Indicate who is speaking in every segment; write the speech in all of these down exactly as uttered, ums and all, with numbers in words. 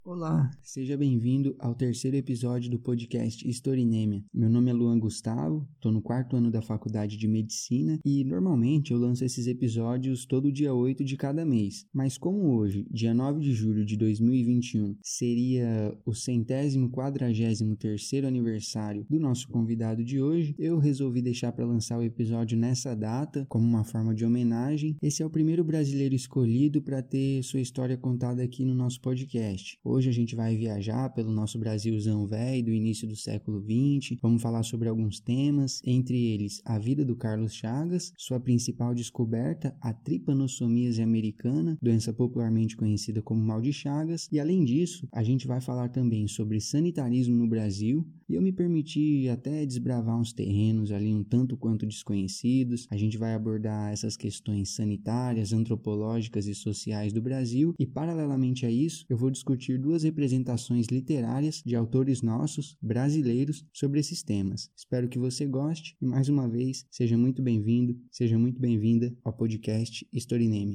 Speaker 1: Olá, seja bem-vindo ao terceiro episódio do podcast Historynemia. Meu nome é Luan Gustavo, estou no quarto ano da faculdade de Medicina e normalmente eu lanço esses episódios todo dia oito de cada mês. Mas como hoje, dia nove de julho de dois mil e vinte e um, seria o centésimo quadragésimo terceiro aniversário do nosso convidado de hoje, eu resolvi deixar para lançar o episódio nessa data como uma forma de homenagem. Esse é o primeiro brasileiro escolhido para ter sua história contada aqui no nosso podcast. Hoje a gente vai viajar pelo nosso Brasilzão velho do início do século vinte, vamos falar sobre alguns temas, entre eles a vida do Carlos Chagas, sua principal descoberta, a tripanossomíase americana, doença popularmente conhecida como mal de Chagas, e além disso, a gente vai falar também sobre sanitarismo no Brasil, e eu me permiti até desbravar uns terrenos ali um tanto quanto desconhecidos. A gente vai abordar essas questões sanitárias, antropológicas e sociais do Brasil, e paralelamente a isso, eu vou discutir duas representações literárias de autores nossos, brasileiros, sobre esses temas. Espero que você goste e, mais uma vez, seja muito bem-vindo, seja muito bem-vinda ao podcast Historynemia.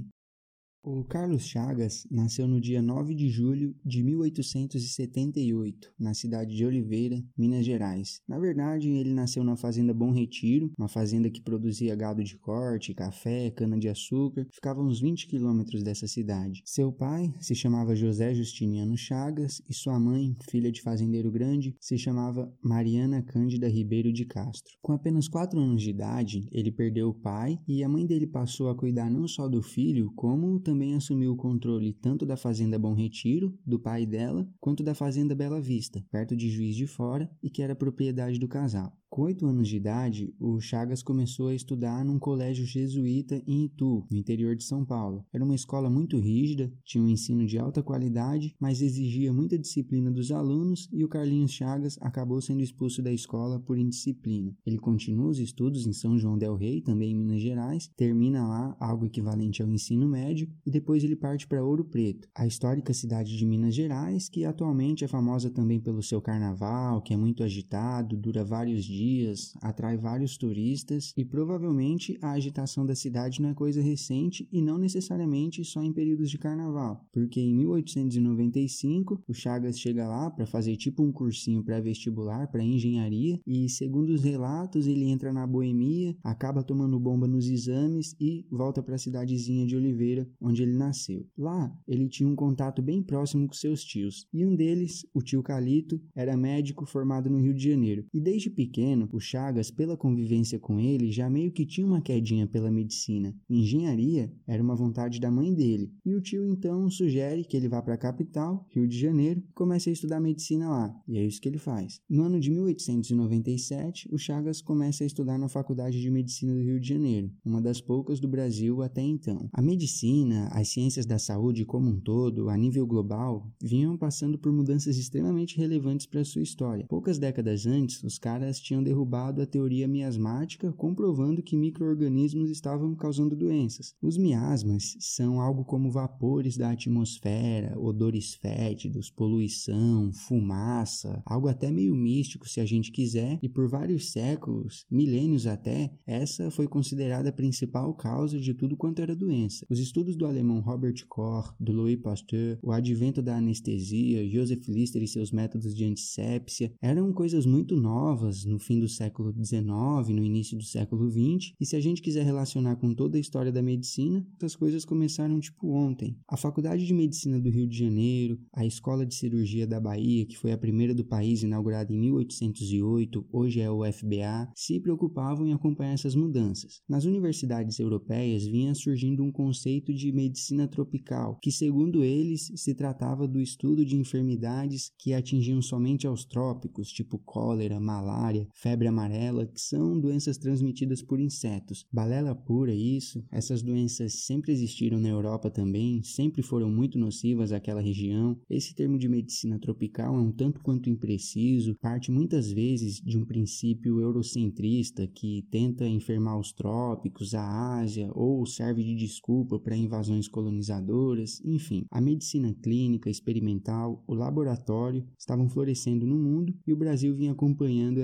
Speaker 1: O Carlos Chagas nasceu no dia nove de julho de mil oitocentos e setenta e oito, na cidade de Oliveira, Minas Gerais. Na verdade, ele nasceu na fazenda Bom Retiro, uma fazenda que produzia gado de corte, café, cana-de-açúcar, ficava a uns vinte quilômetros dessa cidade. Seu pai se chamava José Justiniano Chagas e sua mãe, filha de fazendeiro grande, se chamava Mariana Cândida Ribeiro de Castro. Com apenas quatro anos de idade, ele perdeu o pai e a mãe dele passou a cuidar não só do filho, como também também assumiu o controle tanto da fazenda Bom Retiro, do pai dela, quanto da fazenda Bela Vista, perto de Juiz de Fora, e que era propriedade do casal. Com oito anos de idade, o Chagas começou a estudar num colégio jesuíta em Itu, no interior de São Paulo. Era uma escola muito rígida, tinha um ensino de alta qualidade, mas exigia muita disciplina dos alunos e o Carlinhos Chagas acabou sendo expulso da escola por indisciplina. Ele continua os estudos em São João del Rei, também em Minas Gerais, termina lá algo equivalente ao ensino médio e depois ele parte para Ouro Preto, a histórica cidade de Minas Gerais, que atualmente é famosa também pelo seu carnaval, que é muito agitado, dura vários dias, dias, atrai vários turistas e provavelmente a agitação da cidade não é coisa recente e não necessariamente só em períodos de carnaval, porque em mil oitocentos e noventa e cinco o Chagas chega lá para fazer tipo um cursinho pré-vestibular para engenharia e, segundo os relatos, ele entra na boemia, acaba tomando bomba nos exames e volta para a cidadezinha de Oliveira, onde ele nasceu. Lá, ele tinha um contato bem próximo com seus tios, e um deles, o tio Calito, era médico formado no Rio de Janeiro, e desde pequeno o Chagas, pela convivência com ele, já meio que tinha uma quedinha pela medicina. Engenharia era uma vontade da mãe dele, e o tio então sugere que ele vá para a capital, Rio de Janeiro, e comece a estudar medicina lá, e é isso que ele faz. No ano de mil oitocentos e noventa e sete, o Chagas começa a estudar na Faculdade de Medicina do Rio de Janeiro, uma das poucas do Brasil até então. A medicina, as ciências da saúde como um todo, a nível global, vinham passando por mudanças extremamente relevantes para sua história. Poucas décadas antes, os caras tinham derrubado a teoria miasmática, comprovando que micro-organismos estavam causando doenças. Os miasmas são algo como vapores da atmosfera, odores fétidos, poluição, fumaça, algo até meio místico se a gente quiser, e por vários séculos, milênios até, essa foi considerada a principal causa de tudo quanto era doença. Os estudos do alemão Robert Koch, do Louis Pasteur, o advento da anestesia, Joseph Lister e seus métodos de antissépsia, eram coisas muito novas no fim do século dezenove, no início do século vinte, e se a gente quiser relacionar com toda a história da medicina, essas coisas começaram tipo ontem. A Faculdade de Medicina do Rio de Janeiro, a Escola de Cirurgia da Bahia, que foi a primeira do país, inaugurada em mil oitocentos e oito, hoje é o U F B A, se preocupavam em acompanhar essas mudanças. Nas universidades europeias vinha surgindo um conceito de medicina tropical, que segundo eles se tratava do estudo de enfermidades que atingiam somente aos trópicos, tipo cólera, malária, febre amarela, que são doenças transmitidas por insetos. Balela pura, isso. Essas doenças sempre existiram na Europa também, sempre foram muito nocivas àquela região. Esse termo de medicina tropical é um tanto quanto impreciso, parte muitas vezes de um princípio eurocentrista que tenta enfermar os trópicos, a Ásia, ou serve de desculpa para invasões colonizadoras, enfim. A medicina clínica, experimental, o laboratório estavam florescendo no mundo e o Brasil vinha acompanhando essas tendências.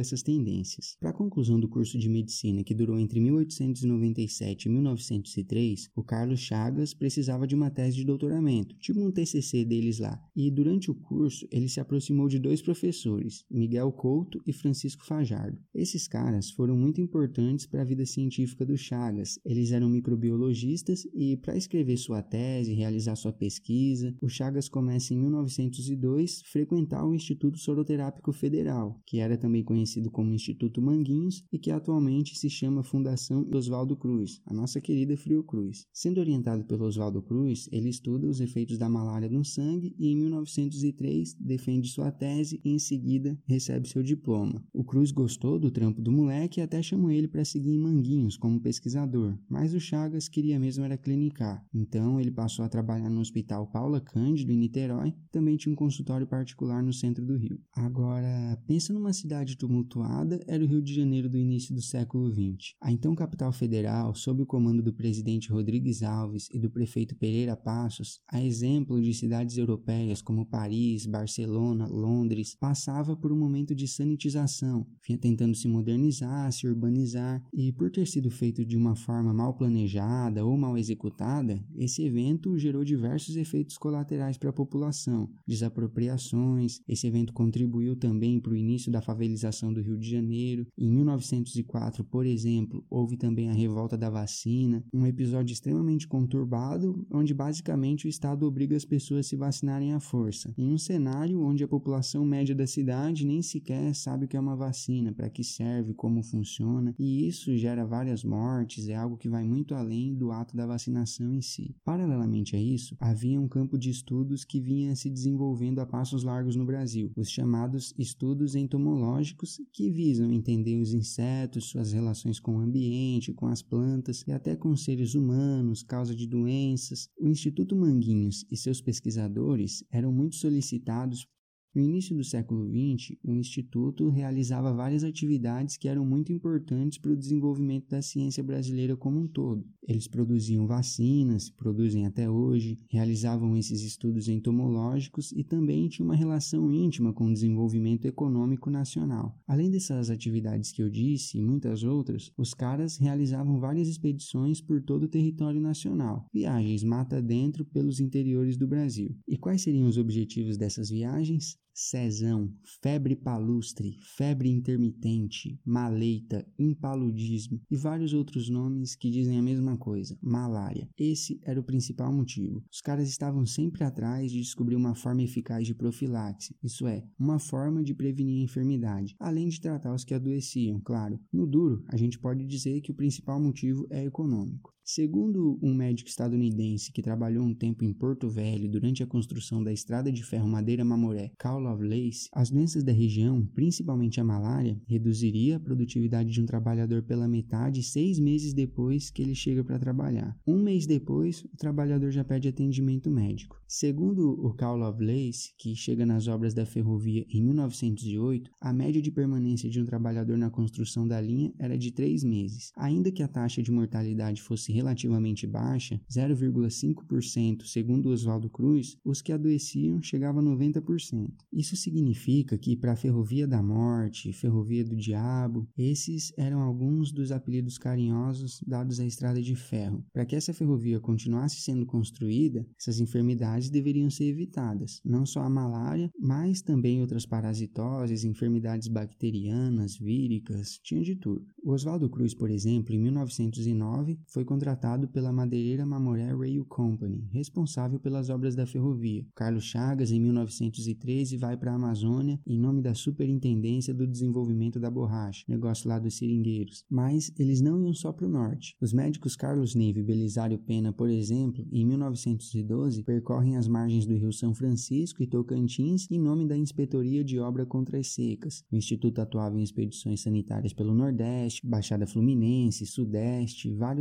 Speaker 1: dependências. Para a conclusão do curso de medicina, que durou entre mil oitocentos e noventa e sete e mil novecentos e três, o Carlos Chagas precisava de uma tese de doutoramento, tipo um T C C deles lá. E durante o curso, ele se aproximou de dois professores, Miguel Couto e Francisco Fajardo. Esses caras foram muito importantes para a vida científica do Chagas. Eles eram microbiologistas e, para escrever sua tese, realizar sua pesquisa, o Chagas começa em mil novecentos e dois frequentar o Instituto Soroterápico Federal, que era também conhecido como Instituto Manguinhos e que atualmente se chama Fundação Oswaldo Cruz, a nossa querida Fiocruz. Sendo orientado pelo Oswaldo Cruz, ele estuda os efeitos da malária no sangue e em mil novecentos e três defende sua tese e em seguida recebe seu diploma. O Cruz gostou do trampo do moleque e até chamou ele para seguir em Manguinhos como pesquisador, mas o Chagas queria mesmo era clinicar. Então ele passou a trabalhar no Hospital Paula Cândido em Niterói, também tinha um consultório particular no centro do Rio. Agora, pensa numa cidade tumultuada, era o Rio de Janeiro do início do século vinte. A então capital federal, sob o comando do presidente Rodrigues Alves e do prefeito Pereira Passos, a exemplo de cidades europeias como Paris, Barcelona, Londres, passava por um momento de sanitização, vinha tentando se modernizar, se urbanizar, e por ter sido feito de uma forma mal planejada ou mal executada, esse evento gerou diversos efeitos colaterais para a população, desapropriações. Esse evento contribuiu também para o início da favelização do Rio de Janeiro. Em mil novecentos e quatro, por exemplo, houve também a revolta da vacina, um episódio extremamente conturbado, onde basicamente o Estado obriga as pessoas a se vacinarem à força, em um cenário onde a população média da cidade nem sequer sabe o que é uma vacina, para que serve, como funciona, e isso gera várias mortes, é algo que vai muito além do ato da vacinação em si. Paralelamente a isso, havia um campo de estudos que vinha se desenvolvendo a passos largos no Brasil, os chamados estudos entomológicos, que visam entender os insetos, suas relações com o ambiente, com as plantas e até com os seres humanos, causa de doenças. O Instituto Manguinhos e seus pesquisadores eram muito solicitados. No início do século vinte, o Instituto realizava várias atividades que eram muito importantes para o desenvolvimento da ciência brasileira como um todo. Eles produziam vacinas, produzem até hoje, realizavam esses estudos entomológicos e também tinham uma relação íntima com o desenvolvimento econômico nacional. Além dessas atividades que eu disse e muitas outras, os caras realizavam várias expedições por todo o território nacional, viagens mata dentro pelos interiores do Brasil. E quais seriam os objetivos dessas viagens? Cesão, febre palustre, febre intermitente, maleita, impaludismo e vários outros nomes que dizem a mesma coisa, malária. Esse era o principal motivo. Os caras estavam sempre atrás de descobrir uma forma eficaz de profilaxe, isso é, uma forma de prevenir a enfermidade, além de tratar os que adoeciam, claro. No duro, a gente pode dizer que o principal motivo é econômico. Segundo um médico estadunidense que trabalhou um tempo em Porto Velho durante a construção da estrada de ferro Madeira-Mamoré, Carl Lovelace, as doenças da região, principalmente a malária, reduziria a produtividade de um trabalhador pela metade seis meses depois que ele chega para trabalhar. Um mês depois, o trabalhador já pede atendimento médico. Segundo o Carl Lovelace, que chega nas obras da ferrovia em mil novecentos e oito, a média de permanência de um trabalhador na construção da linha era de três meses. Ainda que a taxa de mortalidade fosse relativamente baixa, zero vírgula cinco por cento, segundo Oswaldo Cruz, os que adoeciam chegavam a noventa por cento. Isso significa que para a Ferrovia da Morte, Ferrovia do Diabo, esses eram alguns dos apelidos carinhosos dados à estrada de ferro. Para que essa ferrovia continuasse sendo construída, essas enfermidades deveriam ser evitadas, não só a malária, mas também outras parasitoses, enfermidades bacterianas, víricas, tinha de tudo. O Oswaldo Cruz, por exemplo, em mil novecentos e nove, foi contratado pela Madeireira Mamoré Rail Company, responsável pelas obras da ferrovia. Carlos Chagas, em mil novecentos e treze, vai para a Amazônia em nome da Superintendência do Desenvolvimento da Borracha, negócio lá dos seringueiros. Mas eles não iam só para o norte. Os médicos Carlos Neve e Belisário Pena, por exemplo, em mil novecentos e doze, percorrem as margens do Rio São Francisco e Tocantins em nome da Inspetoria de Obra contra as Secas. O Instituto atuava em expedições sanitárias pelo Nordeste, Baixada Fluminense, Sudeste e vários outros lugares.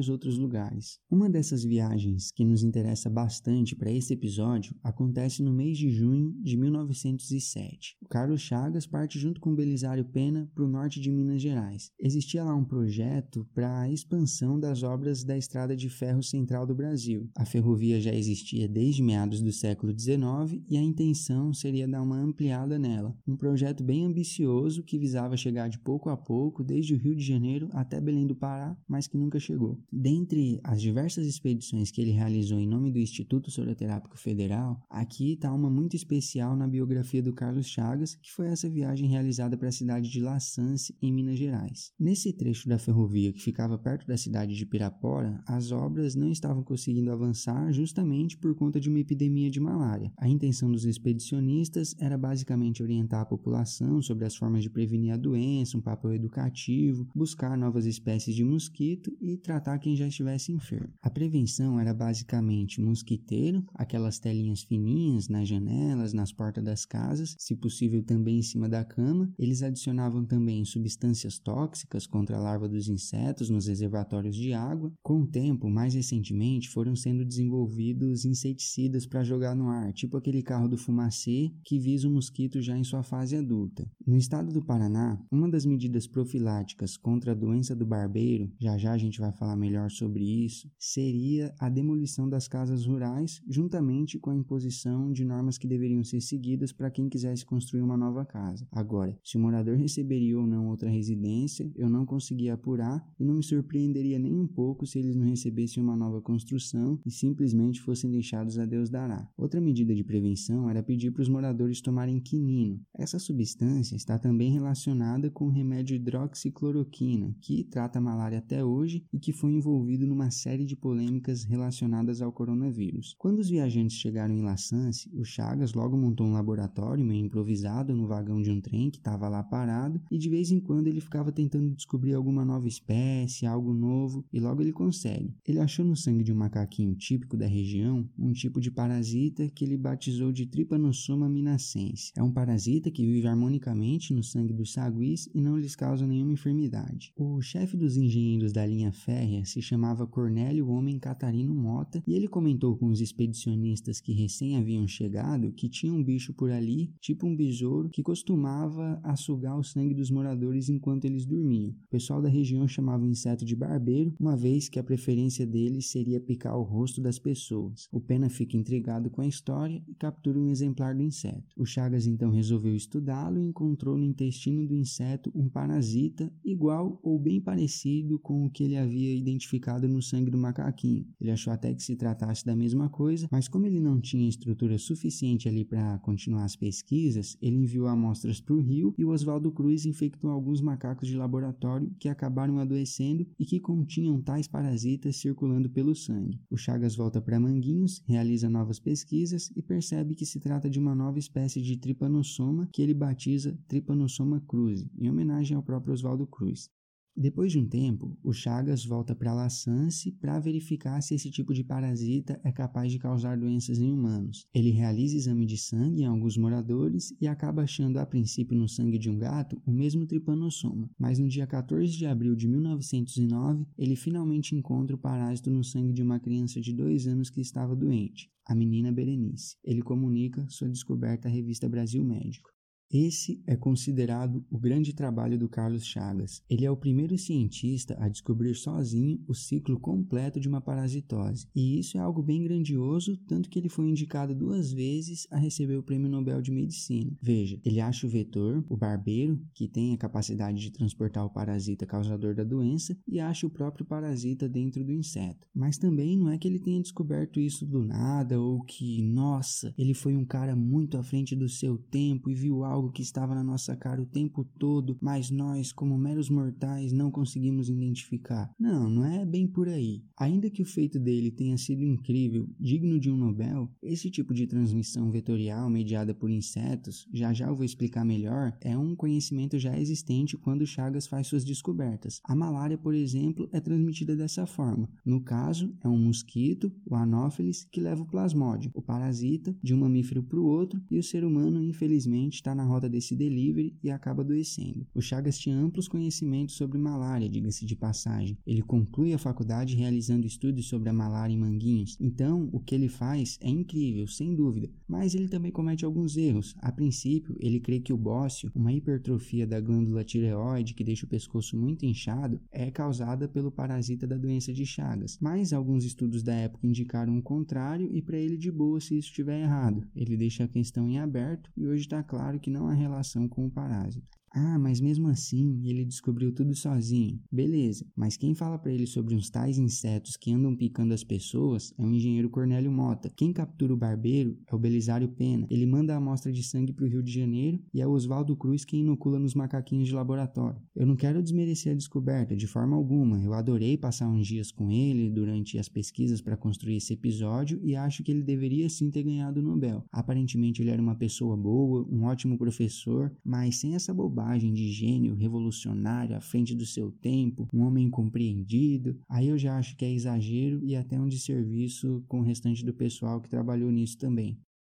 Speaker 1: lugares. Uma dessas viagens que nos interessa bastante para esse episódio acontece no mês de junho de mil novecentos e sete. O Carlos Chagas parte junto com Belisário Pena para o norte de Minas Gerais. Existia lá um projeto para a expansão das obras da Estrada de Ferro Central do Brasil. A ferrovia já existia desde meados do século dezenove e a intenção seria dar uma ampliada nela. Um projeto bem ambicioso que visava chegar de pouco a pouco desde o Rio de Janeiro até Belém do Pará, mas que nunca chegou. Dentre as diversas expedições que ele realizou em nome do Instituto Soroterápico Federal, aqui está uma muito especial na biografia do Carlos Chagas, que foi essa viagem realizada para a cidade de La Sance, em Minas Gerais. Nesse trecho da ferrovia que ficava perto da cidade de Pirapora, as obras não estavam conseguindo avançar justamente por conta de uma epidemia de malária. A intenção dos expedicionistas era basicamente orientar a população sobre as formas de prevenir a doença, um papel educativo, buscar novas espécies de mosquito e tratar quem já estivesse enfermo. A prevenção era basicamente mosquiteiro, aquelas telinhas fininhas nas janelas, nas portas das casas, se possível também em cima da cama. Eles adicionavam também substâncias tóxicas contra a larva dos insetos nos reservatórios de água. Com o tempo, mais recentemente, foram sendo desenvolvidos inseticidas para jogar no ar, tipo aquele carro do fumacê que visa o mosquito já em sua fase adulta. No estado do Paraná, uma das medidas profiláticas contra a doença do barbeiro, já já a gente vai falar melhor sobre isso, seria a demolição das casas rurais, juntamente com a imposição de normas que deveriam ser seguidas para quem quisesse construir uma nova casa. Agora, se o morador receberia ou não outra residência, eu não conseguia apurar e não me surpreenderia nem um pouco se eles não recebessem uma nova construção e simplesmente fossem deixados a Deus dará. Outra medida de prevenção era pedir para os moradores tomarem quinino. Essa substância está também relacionada com o remédio hidroxicloroquina, que trata a malária até hoje e que foi envolvido numa série de polêmicas relacionadas ao coronavírus. Quando os viajantes chegaram em La Sance, o Chagas logo montou um laboratório meio improvisado no vagão de um trem que estava lá parado e de vez em quando ele ficava tentando descobrir alguma nova espécie, algo novo, e logo ele consegue. Ele achou no sangue de um macaquinho típico da região um tipo de parasita que ele batizou de Trypanosoma minacense. É um parasita que vive harmonicamente no sangue dos saguis e não lhes causa nenhuma enfermidade. O chefe dos engenheiros da linha férrea se chamava Cornélio Homem Catarino Mota e ele comentou com os expedicionistas que recém haviam chegado que tinha um bicho por ali, tipo um besouro, que costumava a sugar o sangue dos moradores enquanto eles dormiam. O pessoal da região chamava o inseto de barbeiro, uma vez que a preferência deles seria picar o rosto das pessoas. O Pena fica intrigado com a história e captura um exemplar do inseto. O Chagas então resolveu estudá-lo e encontrou no intestino do inseto um parasita igual ou bem parecido com o que ele havia identificado no sangue do macaquinho. Ele achou até que se tratasse da mesma coisa, mas como ele não tinha estrutura suficiente ali para continuar as pesquisas, ele enviou amostras para o Rio e o Oswaldo Cruz infectou alguns macacos de laboratório que acabaram adoecendo e que continham tais parasitas circulando pelo sangue. O Chagas volta para Manguinhos, realiza novas pesquisas e percebe que se trata de uma nova espécie de Trypanosoma que ele batiza Trypanosoma cruzi, em homenagem ao próprio Oswaldo Cruz. Depois de um tempo, o Chagas volta para La Sance para verificar se esse tipo de parasita é capaz de causar doenças em humanos. Ele realiza exame de sangue em alguns moradores e acaba achando a princípio no sangue de um gato o mesmo Trypanosoma, mas no dia quatorze de abril de mil novecentos e nove, ele finalmente encontra o parásito no sangue de uma criança de dois anos que estava doente, a menina Berenice. Ele comunica sua descoberta à revista Brasil Médico. Esse é considerado o grande trabalho do Carlos Chagas. Ele é o primeiro cientista a descobrir sozinho o ciclo completo de uma parasitose. E isso é algo bem grandioso, tanto que ele foi indicado duas vezes a receber o Prêmio Nobel de Medicina. Veja, ele acha o vetor, o barbeiro, que tem a capacidade de transportar o parasita causador da doença, e acha o próprio parasita dentro do inseto. Mas também não é que ele tenha descoberto isso do nada, ou que, nossa, ele foi um cara muito à frente do seu tempo e viu algo que estava na nossa cara o tempo todo, mas nós, como meros mortais, não conseguimos identificar. Não, não é bem por aí. Ainda que o feito dele tenha sido incrível, digno de um Nobel, esse tipo de transmissão vetorial mediada por insetos, já já eu vou explicar melhor, é um conhecimento já existente quando Chagas faz suas descobertas. A malária, por exemplo, é transmitida dessa forma. No caso, é um mosquito, o Anopheles, que leva o plasmódio, o parasita, de um mamífero para o outro, e o ser humano, infelizmente, está na rota desse delivery e acaba adoecendo. O Chagas tinha amplos conhecimentos sobre malária, diga-se de passagem. Ele conclui a faculdade realizando estudos sobre a malária em Manguinhos. Então, o que ele faz é incrível, sem dúvida, mas ele também comete alguns erros. A princípio, ele crê que o bócio, uma hipertrofia da glândula tireoide que deixa o pescoço muito inchado, é causada pelo parasita da doença de Chagas. Mas alguns estudos da época indicaram o contrário e para ele de boa se isso estiver errado. Ele deixa a questão em aberto e hoje está claro que não há relação com o parásito. Ah, mas mesmo assim, ele descobriu tudo sozinho. Beleza, mas quem fala para ele sobre uns tais insetos que andam picando as pessoas é o engenheiro Cornélio Mota. Quem captura o barbeiro é o Belisário Pena. Ele manda a amostra de sangue para o Rio de Janeiro e é o Oswaldo Cruz quem inocula nos macaquinhos de laboratório. Eu não quero desmerecer a descoberta, de forma alguma. Eu adorei passar uns dias com ele durante as pesquisas para construir esse episódio e acho que ele deveria sim ter ganhado o Nobel. Aparentemente ele era uma pessoa boa, um ótimo professor, mas sem essa bobagem de gênio revolucionário à frente do seu tempo, um homem incompreendido, aí eu já acho que é exagero e até um desserviço com o restante do pessoal que trabalhou nisso também.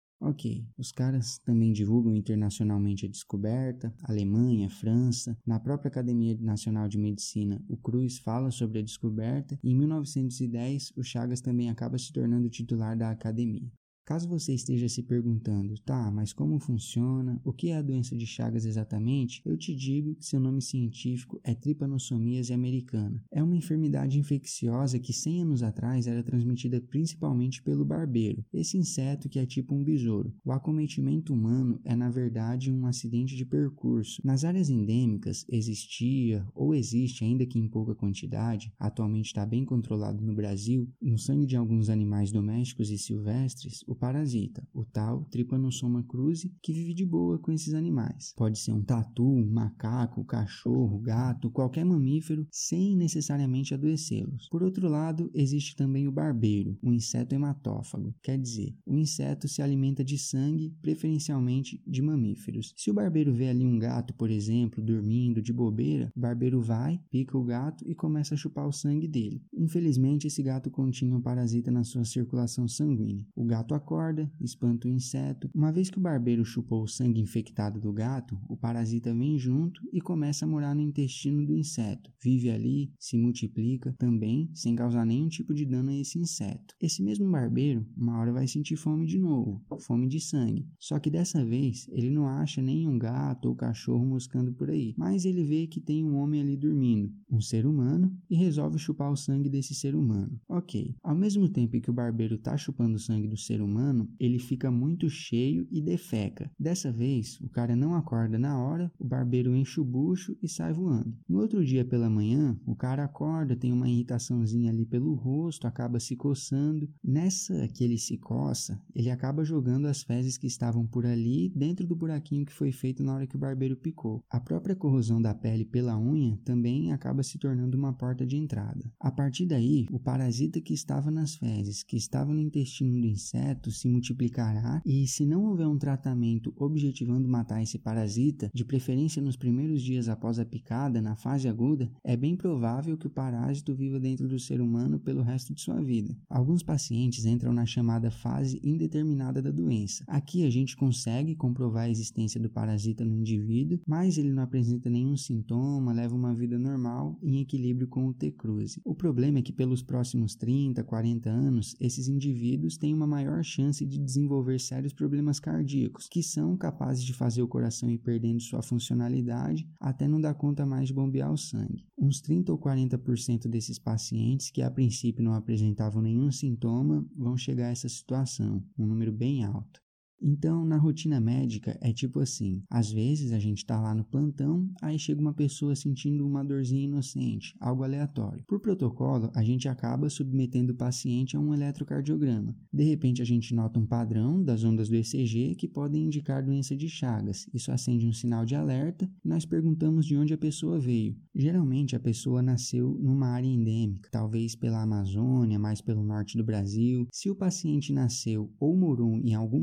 Speaker 1: Ok, os caras também divulgam internacionalmente a descoberta, Alemanha, França, na própria Academia Nacional de Medicina, o Cruz fala sobre a descoberta e em mil novecentos e dez o Chagas também acaba se tornando titular da academia. Caso você esteja se perguntando, tá, mas como funciona, o que é a doença de Chagas exatamente, eu te digo que seu nome científico é Trypanossomiase americana. É uma enfermidade infecciosa que cem anos atrás era transmitida principalmente pelo barbeiro, esse inseto que é tipo um besouro. O acometimento humano é na verdade um acidente de percurso. Nas áreas endêmicas existia, ou existe ainda que em pouca quantidade, atualmente está bem controlado no Brasil, no sangue de alguns animais domésticos e silvestres, o parasita, o tal Trypanosoma cruzi, que vive de boa com esses animais. Pode ser um tatu, um macaco, cachorro, gato, qualquer mamífero, sem necessariamente adoecê-los. Por outro lado, existe também o barbeiro, um inseto hematófago, quer dizer, o inseto se alimenta de sangue, preferencialmente de mamíferos. Se o barbeiro vê ali um gato, por exemplo, dormindo de bobeira, o barbeiro vai, pica o gato e começa a chupar o sangue dele. Infelizmente, esse gato continha um parasita na sua circulação sanguínea. O gato acorda, espanta o inseto. Uma vez que o barbeiro chupou o sangue infectado do gato, o parasita vem junto e começa a morar no intestino do inseto. Vive ali, se multiplica também, sem causar nenhum tipo de dano a esse inseto. Esse mesmo barbeiro, uma hora vai sentir fome de novo, fome de sangue. Só que dessa vez, ele não acha nenhum gato ou cachorro moscando por aí, mas ele vê que tem um homem ali dormindo, um ser humano, e resolve chupar o sangue desse ser humano. Ok, ao mesmo tempo que o barbeiro está chupando o sangue do ser humano, ele fica muito cheio e defeca. Dessa vez, o cara não acorda na hora, o barbeiro enche o bucho e sai voando. No outro dia pela manhã, o cara acorda, tem uma irritaçãozinha ali pelo rosto, acaba se coçando. Nessa que ele se coça, ele acaba jogando as fezes que estavam por ali dentro do buraquinho que foi feito na hora que o barbeiro picou. A própria corrosão da pele pela unha também acaba se tornando uma porta de entrada. A partir daí, o parasita que estava nas fezes, que estava no intestino do inseto, se multiplicará e, se não houver um tratamento objetivando matar esse parasita, de preferência nos primeiros dias após a picada, na fase aguda, é bem provável que o parásito viva dentro do ser humano pelo resto de sua vida. Alguns pacientes entram na chamada fase indeterminada da doença. Aqui a gente consegue comprovar a existência do parasita no indivíduo, mas ele não apresenta nenhum sintoma, leva uma vida normal em equilíbrio com o T. cruzi. O problema é que pelos próximos trinta, quarenta anos, esses indivíduos têm uma maior chance de desenvolver sérios problemas cardíacos, que são capazes de fazer o coração ir perdendo sua funcionalidade até não dar conta mais de bombear o sangue. Uns trinta ou quarenta por cento desses pacientes que a princípio não apresentavam nenhum sintoma vão chegar a essa situação, um número bem alto. Então, na rotina médica é tipo assim, às vezes a gente tá lá no plantão, aí chega uma pessoa sentindo uma dorzinha inocente, algo aleatório. Por protocolo, a gente acaba submetendo o paciente a um eletrocardiograma. De repente a gente nota um padrão das ondas do E C G que podem indicar doença de Chagas. Isso acende um sinal de alerta e nós perguntamos de onde a pessoa veio. Geralmente a pessoa nasceu numa área endêmica, talvez pela Amazônia, mais pelo norte do Brasil. Se o paciente nasceu ou morou em alguma dessas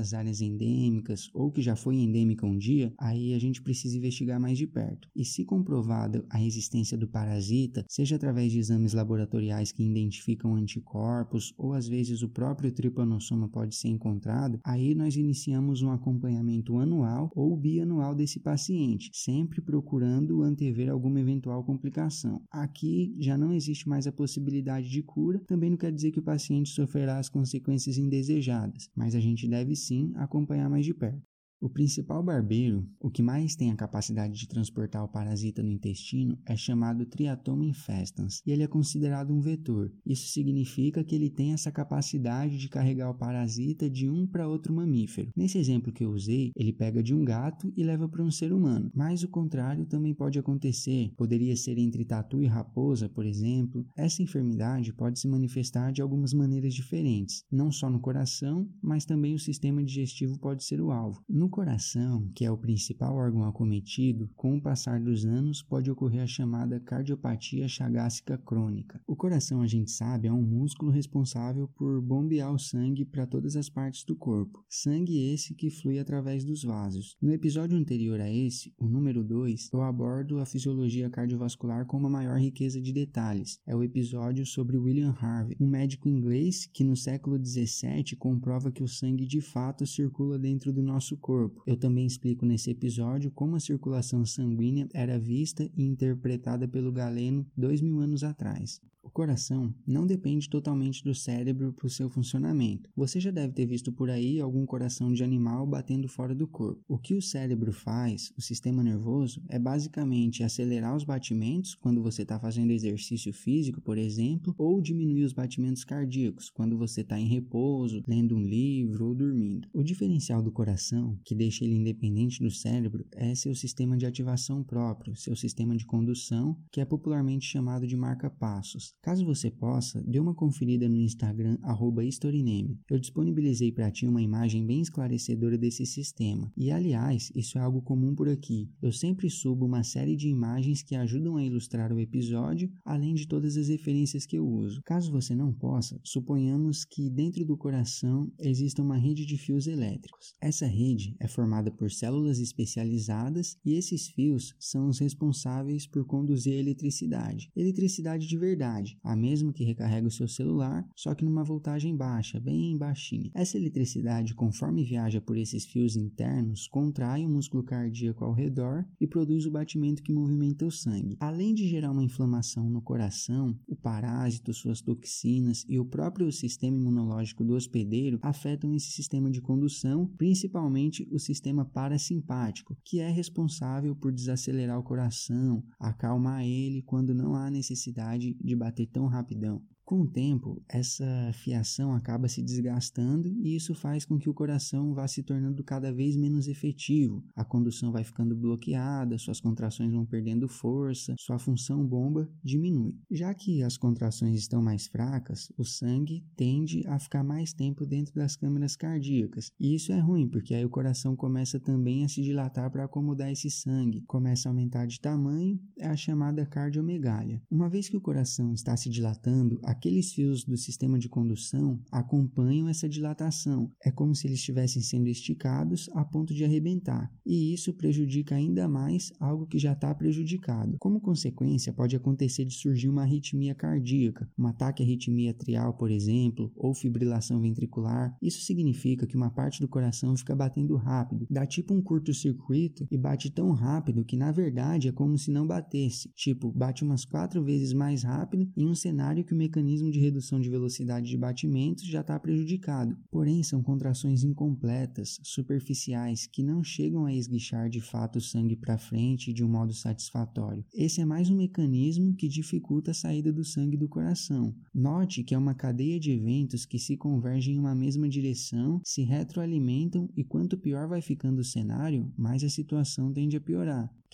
Speaker 1: das áreas endêmicas ou que já foi endêmica um dia, aí a gente precisa investigar mais de perto. E se comprovada a existência do parasita, seja através de exames laboratoriais que identificam anticorpos ou às vezes o próprio tripanossoma pode ser encontrado, aí nós iniciamos um acompanhamento anual ou bianual desse paciente, sempre procurando antever alguma eventual complicação. Aqui já não existe mais a possibilidade de cura, também não quer dizer que o paciente sofrerá as consequências indesejadas, mas a gente deve sim acompanhar mais de perto. O principal barbeiro, o que mais tem a capacidade de transportar o parasita no intestino, é chamado Triatoma infestans, e ele é considerado um vetor. Isso significa que ele tem essa capacidade de carregar o parasita de um para outro mamífero. Nesse exemplo que eu usei, ele pega de um gato e leva para um ser humano, mas o contrário também pode acontecer. Poderia ser entre tatu e raposa, por exemplo. Essa enfermidade pode se manifestar de algumas maneiras diferentes, não só no coração, mas também o sistema digestivo pode ser o alvo. No coração, que é o principal órgão acometido, com o passar dos anos pode ocorrer a chamada cardiopatia chagásica crônica. O coração, a gente sabe, é um músculo responsável por bombear o sangue para todas as partes do corpo. Sangue esse que flui através dos vasos. No episódio anterior a esse, o número dois, eu abordo a fisiologia cardiovascular com uma maior riqueza de detalhes. É o episódio sobre William Harvey, um médico inglês que no século dezessete comprova que o sangue de fato circula dentro do nosso corpo. Eu também explico nesse episódio como a circulação sanguínea era vista e interpretada pelo Galeno dois mil anos atrás. O coração não depende totalmente do cérebro para o seu funcionamento. Você já deve ter visto por aí algum coração de animal batendo fora do corpo. O que o cérebro faz, o sistema nervoso, é basicamente acelerar os batimentos quando você está fazendo exercício físico, por exemplo, ou diminuir os batimentos cardíacos quando você está em repouso, lendo um livro ou dormindo. O diferencial do coração, que deixa ele independente do cérebro, é seu sistema de ativação próprio, seu sistema de condução, que é popularmente chamado de marca-passos. Caso você possa, dê uma conferida no Instagram arroba historineme. Eu disponibilizei para ti uma imagem bem esclarecedora desse sistema. E aliás, isso é algo comum por aqui. Eu sempre subo uma série de imagens que ajudam a ilustrar o episódio, além de todas as referências que eu uso. Caso você não possa, suponhamos que dentro do coração exista uma rede de fios elétricos. Essa rede é formada por células especializadas e esses fios são os responsáveis por conduzir a eletricidade. Eletricidade de verdade, a mesma que recarrega o seu celular, só que numa voltagem baixa, bem baixinha. Essa eletricidade, conforme viaja por esses fios internos, contrai o músculo cardíaco ao redor e produz o batimento que movimenta o sangue. Além de gerar uma inflamação no coração, o parásito, suas toxinas e o próprio sistema imunológico do hospedeiro afetam esse sistema de condução, principalmente o sistema parasimpático, que é responsável por desacelerar o coração, acalmar ele quando não há necessidade de bater tão rapidão. Com o tempo, essa fiação acaba se desgastando e isso faz com que o coração vá se tornando cada vez menos efetivo. A condução vai ficando bloqueada, suas contrações vão perdendo força, sua função bomba diminui. Já que as contrações estão mais fracas, o sangue tende a ficar mais tempo dentro das câmaras cardíacas. E isso é ruim, porque aí o coração começa também a se dilatar para acomodar esse sangue, começa a aumentar de tamanho, é a chamada cardiomegalia. Uma vez que o coração está se dilatando, aqueles fios do sistema de condução acompanham essa dilatação. É como se eles estivessem sendo esticados a ponto de arrebentar. E isso prejudica ainda mais algo que já está prejudicado. Como consequência, pode acontecer de surgir uma arritmia cardíaca, um ataque à arritmia atrial, por exemplo, ou fibrilação ventricular. Isso significa que uma parte do coração fica batendo rápido, dá tipo um curto-circuito e bate tão rápido que na verdade é como se não batesse. Tipo, bate umas quatro vezes mais rápido em um cenário que o mecanismo de redução de velocidade de batimentos já está prejudicado. Porém, são contrações incompletas, superficiais, que não chegam a esguichar de fato o sangue para frente de um modo satisfatório. Esse é mais um mecanismo que dificulta a saída do sangue do coração. Note que é uma cadeia de eventos que se convergem em uma mesma direção, se retroalimentam e quanto pior vai ficando o cenário, mais a situação tende a piorar.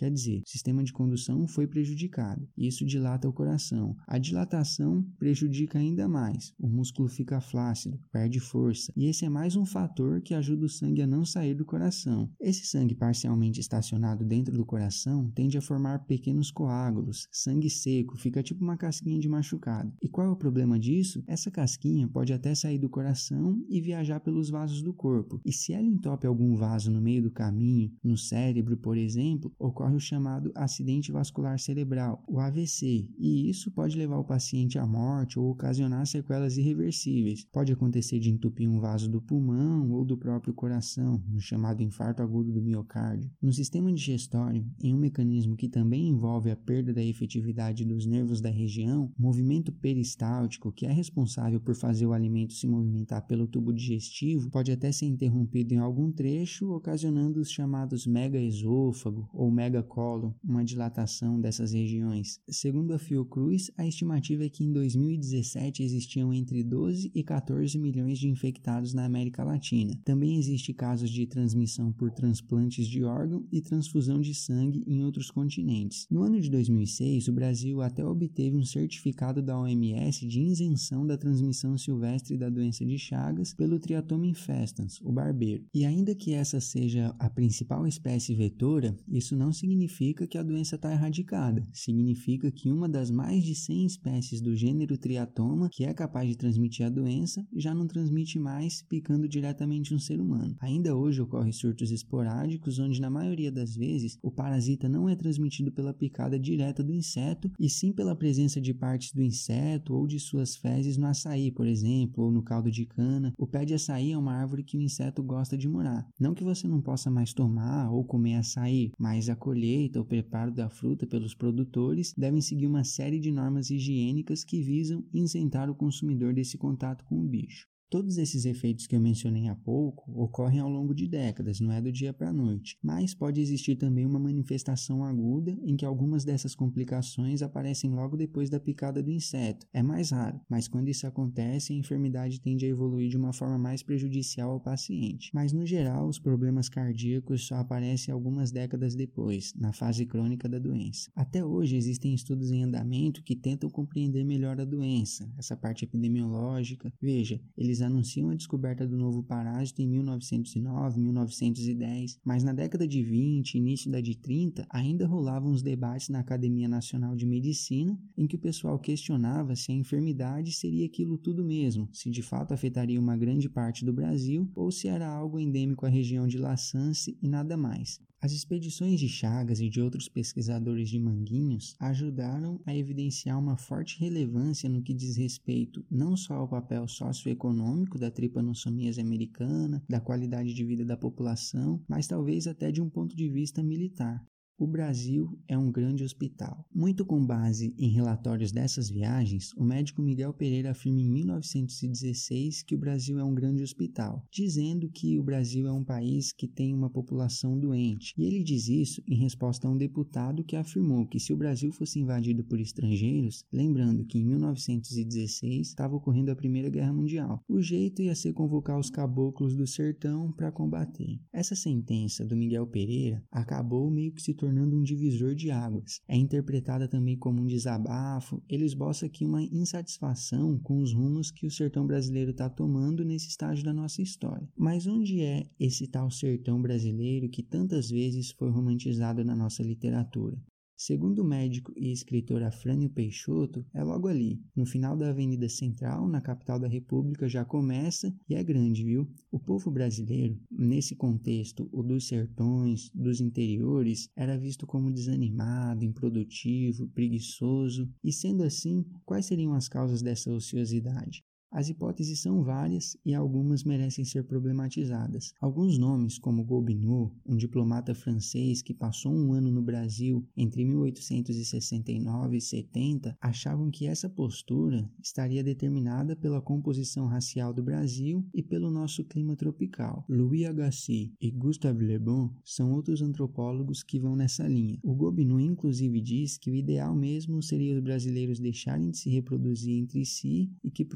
Speaker 1: Quer dizer, o sistema de condução foi prejudicado. Isso dilata o coração. A dilatação prejudica ainda mais. O músculo fica flácido, perde força. E esse é mais um fator que ajuda o sangue a não sair do coração. Esse sangue parcialmente estacionado dentro do coração tende a formar pequenos coágulos. Sangue seco, fica tipo uma casquinha de machucado. E qual é o problema disso? Essa casquinha pode até sair do coração e viajar pelos vasos do corpo. E se ela entope algum vaso no meio do caminho, no cérebro, por exemplo, ocorre o chamado acidente vascular cerebral, o A V C, e isso pode levar o paciente à morte ou ocasionar sequelas irreversíveis. Pode acontecer de entupir um vaso do pulmão ou do próprio coração, no chamado infarto agudo do miocárdio. No sistema digestório, em um mecanismo que também envolve a perda da efetividade dos nervos da região, o movimento peristáltico, que é responsável por fazer o alimento se movimentar pelo tubo digestivo, pode até ser interrompido em algum trecho, ocasionando os chamados megaesôfago ou megacólon, uma dilatação dessas regiões. Segundo a Fiocruz, a estimativa é que em dois mil e dezessete existiam entre doze e quatorze milhões de infectados na América Latina. Também existe casos de transmissão por transplantes de órgão e transfusão de sangue em outros continentes. No ano de dois mil e seis, o Brasil até obteve um certificado da O M S de isenção da transmissão silvestre da doença de Chagas pelo Triatoma infestans, o barbeiro. E ainda que essa seja a principal espécie vetora, isso não significa que a doença está erradicada. Significa que uma das mais de cem espécies do gênero Triatoma, que é capaz de transmitir a doença, já não transmite mais picando diretamente um ser humano. Ainda hoje ocorrem surtos esporádicos, onde na maioria das vezes o parasita não é transmitido pela picada direta do inseto, e sim pela presença de partes do inseto ou de suas fezes no açaí, por exemplo, ou no caldo de cana. O pé de açaí é uma árvore que o inseto gosta de morar. Não que você não possa mais tomar ou comer açaí, mas a colheita ou preparo da fruta pelos produtores devem seguir uma série de normas higiênicas que visam isentar o consumidor desse contato com o bicho. Todos esses efeitos que eu mencionei há pouco ocorrem ao longo de décadas, não é do dia para a noite, mas pode existir também uma manifestação aguda em que algumas dessas complicações aparecem logo depois da picada do inseto. É mais raro, mas quando isso acontece, a enfermidade tende a evoluir de uma forma mais prejudicial ao paciente. Mas no geral, os problemas cardíacos só aparecem algumas décadas depois, na fase crônica da doença. Até hoje existem estudos em andamento que tentam compreender melhor a doença, essa parte epidemiológica. Veja, eles anunciam a descoberta do novo parásito em mil novecentos e nove, mil novecentos e dez, mas na década de vinte, início da de trinta, ainda rolavam os debates na Academia Nacional de Medicina, em que o pessoal questionava se a enfermidade seria aquilo tudo mesmo, se de fato afetaria uma grande parte do Brasil ou se era algo endêmico à região de La Sance e nada mais. As expedições de Chagas e de outros pesquisadores de Manguinhos ajudaram a evidenciar uma forte relevância no que diz respeito não só ao papel socioeconômico da trypanosomiase americana, da qualidade de vida da população, mas talvez até de um ponto de vista militar. O Brasil é um grande hospital. Muito com base em relatórios dessas viagens, o médico Miguel Pereira afirma em mil novecentos e dezesseis que o Brasil é um grande hospital, dizendo que o Brasil é um país que tem uma população doente. E ele diz isso em resposta a um deputado que afirmou que se o Brasil fosse invadido por estrangeiros, lembrando que em mil novecentos e dezesseis estava ocorrendo a Primeira Guerra Mundial, o jeito ia ser convocar os caboclos do sertão para combater. Essa sentença do Miguel Pereira acabou meio que se tornando um divisor de águas. É interpretada também como um desabafo. Ele esboça aqui uma insatisfação com os rumos que o sertão brasileiro está tomando nesse estágio da nossa história. Mas onde é esse tal sertão brasileiro que tantas vezes foi romantizado na nossa literatura? Segundo o médico e escritor Afrânio Peixoto, é logo ali, no final da Avenida Central, na capital da República, já começa e é grande, viu? O povo brasileiro, nesse contexto, o dos sertões, dos interiores, era visto como desanimado, improdutivo, preguiçoso, e sendo assim, quais seriam as causas dessa ociosidade? As hipóteses são várias e algumas merecem ser problematizadas. Alguns nomes, como Gobineau, um diplomata francês que passou um ano no Brasil entre mil oitocentos e sessenta e nove e setenta, achavam que essa postura estaria determinada pela composição racial do Brasil e pelo nosso clima tropical. Louis Agassiz e Gustave Le Bon são outros antropólogos que vão nessa linha. O Gobineau inclusive diz que o ideal mesmo seria os brasileiros deixarem de se reproduzir entre si e que programas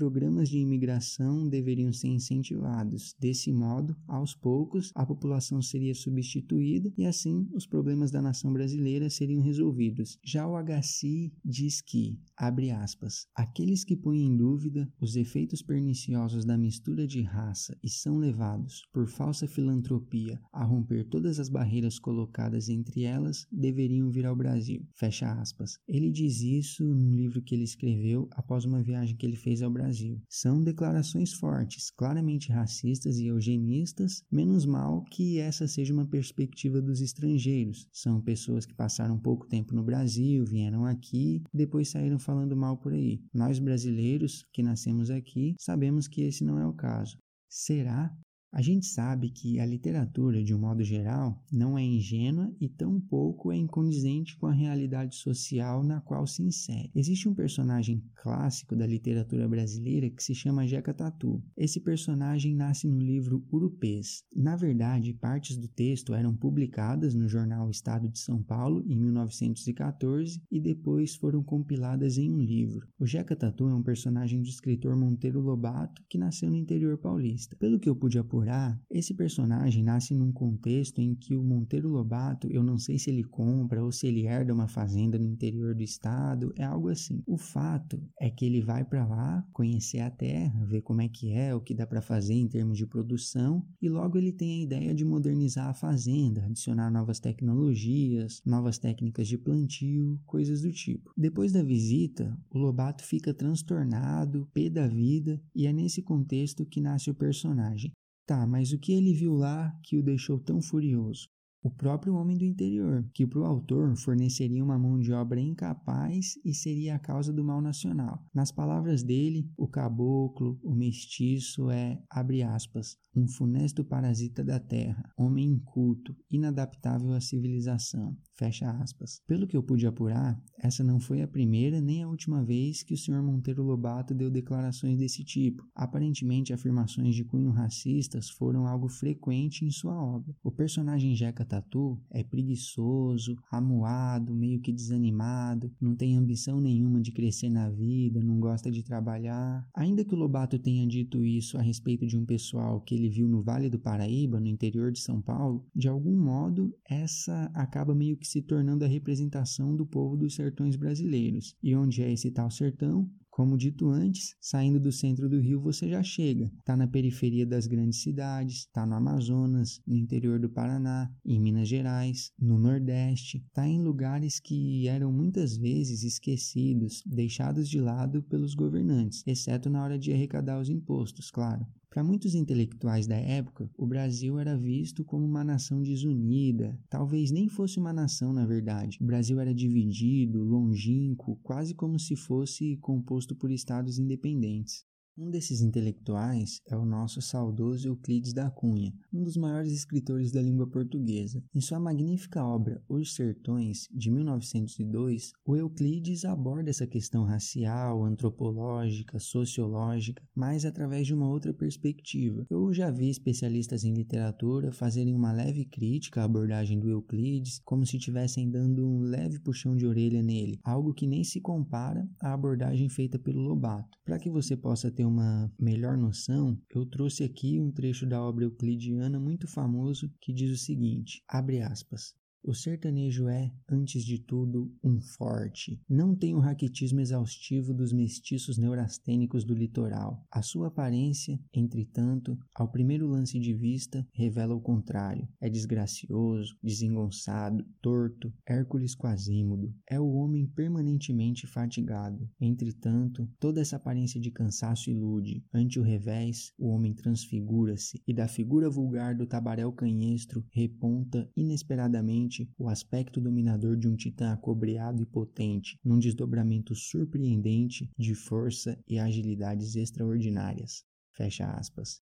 Speaker 1: sistemas de imigração deveriam ser incentivados. Desse modo, aos poucos, a população seria substituída e assim os problemas da nação brasileira seriam resolvidos. Já o Agassiz diz que, abre aspas, aqueles que põem em dúvida os efeitos perniciosos da mistura de raça e são levados, por falsa filantropia, a romper todas as barreiras colocadas entre elas, deveriam vir ao Brasil. Fecha aspas. Ele diz isso no livro que ele escreveu após uma viagem que ele fez ao Brasil. São declarações fortes, claramente racistas e eugenistas, menos mal que essa seja uma perspectiva dos estrangeiros. São pessoas que passaram pouco tempo no Brasil, vieram aqui, depois saíram falando mal por aí. Nós brasileiros, que nascemos aqui, sabemos que esse não é o caso. Será? A gente sabe que a literatura, de um modo geral, não é ingênua e tampouco é incondizente com a realidade social na qual se insere. Existe um personagem clássico da literatura brasileira que se chama Jeca Tatu. Esse personagem nasce no livro Urupês. Na verdade, partes do texto eram publicadas no jornal Estado de São Paulo em mil novecentos e catorze e depois foram compiladas em um livro. O Jeca Tatu é um personagem do escritor Monteiro Lobato que nasceu no interior paulista. Pelo que eu pude apurar, esse personagem nasce num contexto em que o Monteiro Lobato, eu não sei se ele compra ou se ele herda uma fazenda no interior do estado, é algo assim. O fato é que ele vai para lá conhecer a terra, ver como é que é, o que dá para fazer em termos de produção, e logo ele tem a ideia de modernizar a fazenda, adicionar novas tecnologias, novas técnicas de plantio, coisas do tipo. Depois da visita, o Lobato fica transtornado, pé da vida, e é nesse contexto que nasce o personagem. Tá, mas o que ele viu lá que o deixou tão furioso? O próprio homem do interior, que para o autor forneceria uma mão de obra incapaz e seria a causa do mal nacional. Nas palavras dele, o caboclo, o mestiço é, abre aspas, um funesto parasita da terra, homem inculto, inadaptável à civilização, fecha aspas. Pelo que eu pude apurar, essa não foi a primeira nem a última vez que o senhor Monteiro Lobato deu declarações desse tipo. Aparentemente, afirmações de cunho racistas foram algo frequente em sua obra. O personagem Jeca Tatu é preguiçoso, amuado, meio que desanimado, não tem ambição nenhuma de crescer na vida, não gosta de trabalhar. Ainda que o Lobato tenha dito isso a respeito de um pessoal que ele viu no Vale do Paraíba, no interior de São Paulo, de algum modo essa acaba meio que se tornando a representação do povo dos sertões brasileiros. E onde é esse tal sertão? Como dito antes, saindo do centro do Rio você já chega. Está na periferia das grandes cidades, está no Amazonas, no interior do Paraná, em Minas Gerais, no Nordeste. Está em lugares que eram muitas vezes esquecidos, deixados de lado pelos governantes, exceto na hora de arrecadar os impostos, claro. Para muitos intelectuais da época, o Brasil era visto como uma nação desunida, talvez nem fosse uma nação na verdade. O Brasil era dividido, longínquo, quase como se fosse composto por estados independentes. Um desses intelectuais é o nosso saudoso Euclides da Cunha, um dos maiores escritores da língua portuguesa. Em sua magnífica obra Os Sertões, de mil novecentos e dois, o Euclides aborda essa questão racial, antropológica, sociológica, mas através de uma outra perspectiva. Eu já vi especialistas em literatura fazerem uma leve crítica à abordagem do Euclides, como se estivessem dando um leve puxão de orelha nele, algo que nem se compara à abordagem feita pelo Lobato. Para que você possa ter uma melhor noção, eu trouxe aqui um trecho da obra euclidiana muito famoso que diz o seguinte, abre aspas, o sertanejo é, antes de tudo, um forte. Não tem o raquitismo exaustivo dos mestiços neurastênicos do litoral. A sua aparência, entretanto, ao primeiro lance de vista, revela o contrário. É desgracioso, desengonçado, torto, Hércules Quasímodo. É o homem permanentemente fatigado. Entretanto, toda essa aparência de cansaço ilude. Ante o revés, o homem transfigura-se, e da figura vulgar do tabaréu canhestro reponta inesperadamente o aspecto dominador de um titã acobreado e potente, num desdobramento surpreendente de força e agilidades extraordinárias. Fecha aspas.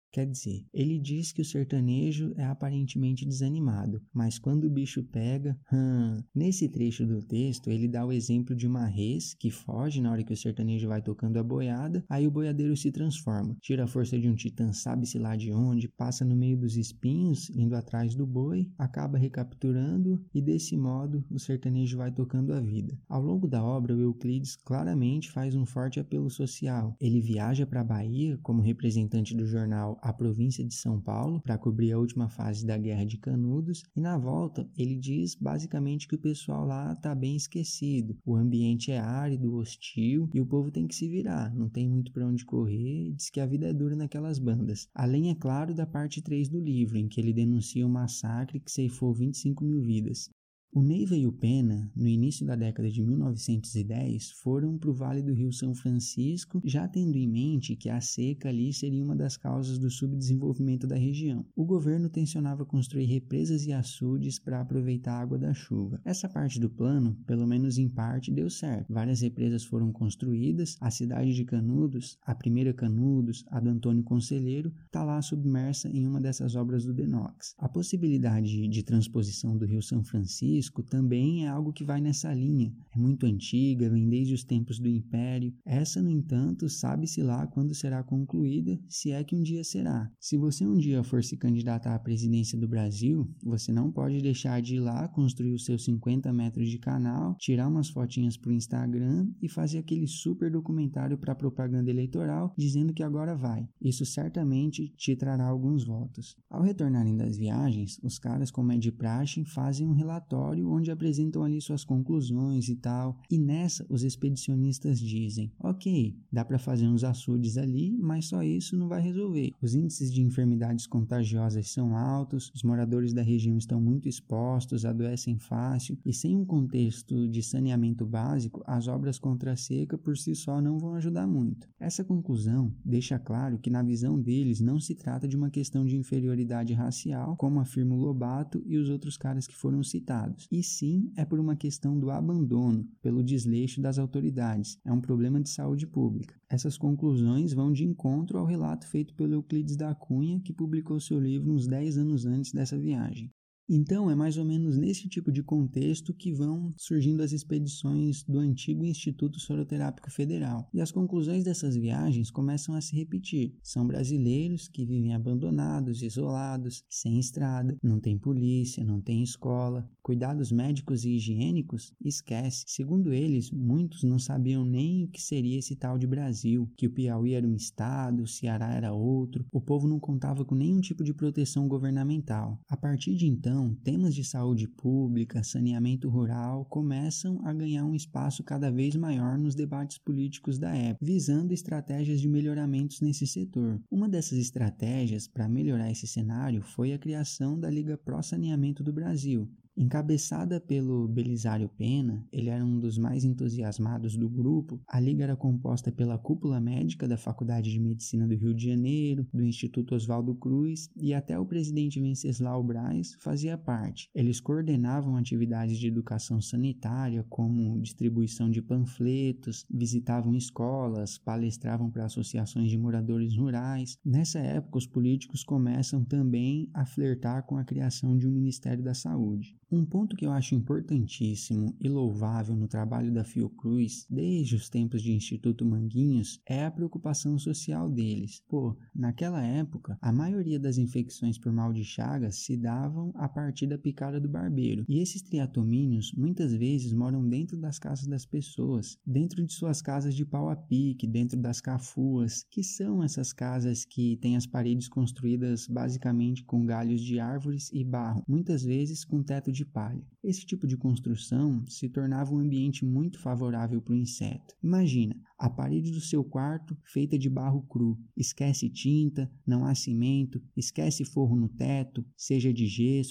Speaker 1: Quer dizer, ele diz que o sertanejo é aparentemente desanimado, mas quando o bicho pega, hum, nesse trecho do texto ele dá o exemplo de uma res que foge na hora que o sertanejo vai tocando a boiada, aí o boiadeiro se transforma, tira a força de um titã sabe-se lá de onde, passa no meio dos espinhos, indo atrás do boi, acaba recapturando e desse modo o sertanejo vai tocando a vida. Ao longo da obra, o Euclides claramente faz um forte apelo social. Ele viaja para a Bahia como representante do jornal A Província de São Paulo para cobrir a última fase da Guerra de Canudos e na volta ele diz basicamente que o pessoal lá está bem esquecido, o ambiente é árido, hostil e o povo tem que se virar, não tem muito para onde correr, diz que a vida é dura naquelas bandas. Além, é claro, da parte três do livro, em que ele denuncia o massacre que ceifou vinte e cinco mil vidas. O Neiva e o Pena, no início da década de mil novecentos e dez, foram para o Vale do Rio São Francisco, já tendo em mente que a seca ali seria uma das causas do subdesenvolvimento da região. O governo tensionava construir represas e açudes para aproveitar a água da chuva. Essa parte do plano, pelo menos em parte, deu certo. Várias represas foram construídas, a cidade de Canudos, a primeira Canudos, a do Antônio Conselheiro, está lá submersa em uma dessas obras do Denox. A possibilidade de transposição do Rio São Francisco também é algo que vai nessa linha. É muito antiga, vem desde os tempos do Império. Essa, no entanto, sabe-se lá quando será concluída, se é que um dia será. Se você um dia for se candidatar à presidência do Brasil, você não pode deixar de ir lá construir os seus cinquenta metros de canal, tirar umas fotinhas para o Instagram e fazer aquele super documentário para propaganda eleitoral dizendo que agora vai. Isso certamente te trará alguns votos. Ao retornarem das viagens, os caras, como é de praxe, fazem um relatório onde apresentam ali suas conclusões e tal, e nessa os expedicionistas dizem, ok, dá para fazer uns açudes ali, mas só isso não vai resolver. Os índices de enfermidades contagiosas são altos, os moradores da região estão muito expostos, adoecem fácil, e sem um contexto de saneamento básico, as obras contra a seca por si só não vão ajudar muito. Essa conclusão deixa claro que na visão deles não se trata de uma questão de inferioridade racial, como afirma o Lobato e os outros caras que foram citados, e sim é por uma questão do abandono, pelo desleixo das autoridades. É um problema de saúde pública. Essas conclusões vão de encontro ao relato feito pelo Euclides da Cunha, que publicou seu livro uns dez anos antes dessa viagem. Então, é mais ou menos nesse tipo de contexto que vão surgindo as expedições do antigo Instituto Soroterápico Federal. E as conclusões dessas viagens começam a se repetir. São brasileiros que vivem abandonados, isolados, sem estrada, não tem polícia, não tem escola. Cuidados médicos e higiênicos? Esquece. Segundo eles, muitos não sabiam nem o que seria esse tal de Brasil, que o Piauí era um estado, o Ceará era outro. O povo não contava com nenhum tipo de proteção governamental. A partir de então, temas de saúde pública, saneamento rural começam a ganhar um espaço cada vez maior nos debates políticos da época, visando estratégias de melhoramentos nesse setor. Uma dessas estratégias para melhorar esse cenário foi a criação da Liga Pró Saneamento do Brasil. Encabeçada pelo Belisário Pena, ele era um dos mais entusiasmados do grupo. A liga era composta pela cúpula médica da Faculdade de Medicina do Rio de Janeiro, do Instituto Oswaldo Cruz e até o presidente Venceslau Braz fazia parte. Eles coordenavam atividades de educação sanitária, como distribuição de panfletos, visitavam escolas, palestravam para associações de moradores rurais. Nessa época, os políticos começam também a flertar com a criação de um Ministério da Saúde. Um ponto que eu acho importantíssimo e louvável no trabalho da Fiocruz, desde os tempos de Instituto Manguinhos, é a preocupação social deles. Pô, naquela época, a maioria das infecções por mal de Chagas se davam a partir da picada do barbeiro. E esses triatomíneos muitas vezes moram dentro das casas das pessoas, dentro de suas casas de pau a pique, dentro das cafuas, que são essas casas que têm as paredes construídas basicamente com galhos de árvores e barro, muitas vezes com teto de de palha. Esse tipo de construção se tornava um ambiente muito favorável para o inseto. Imagina, a parede do seu quarto feita de barro cru, esquece tinta, não há cimento, esquece forro no teto, seja de gesso,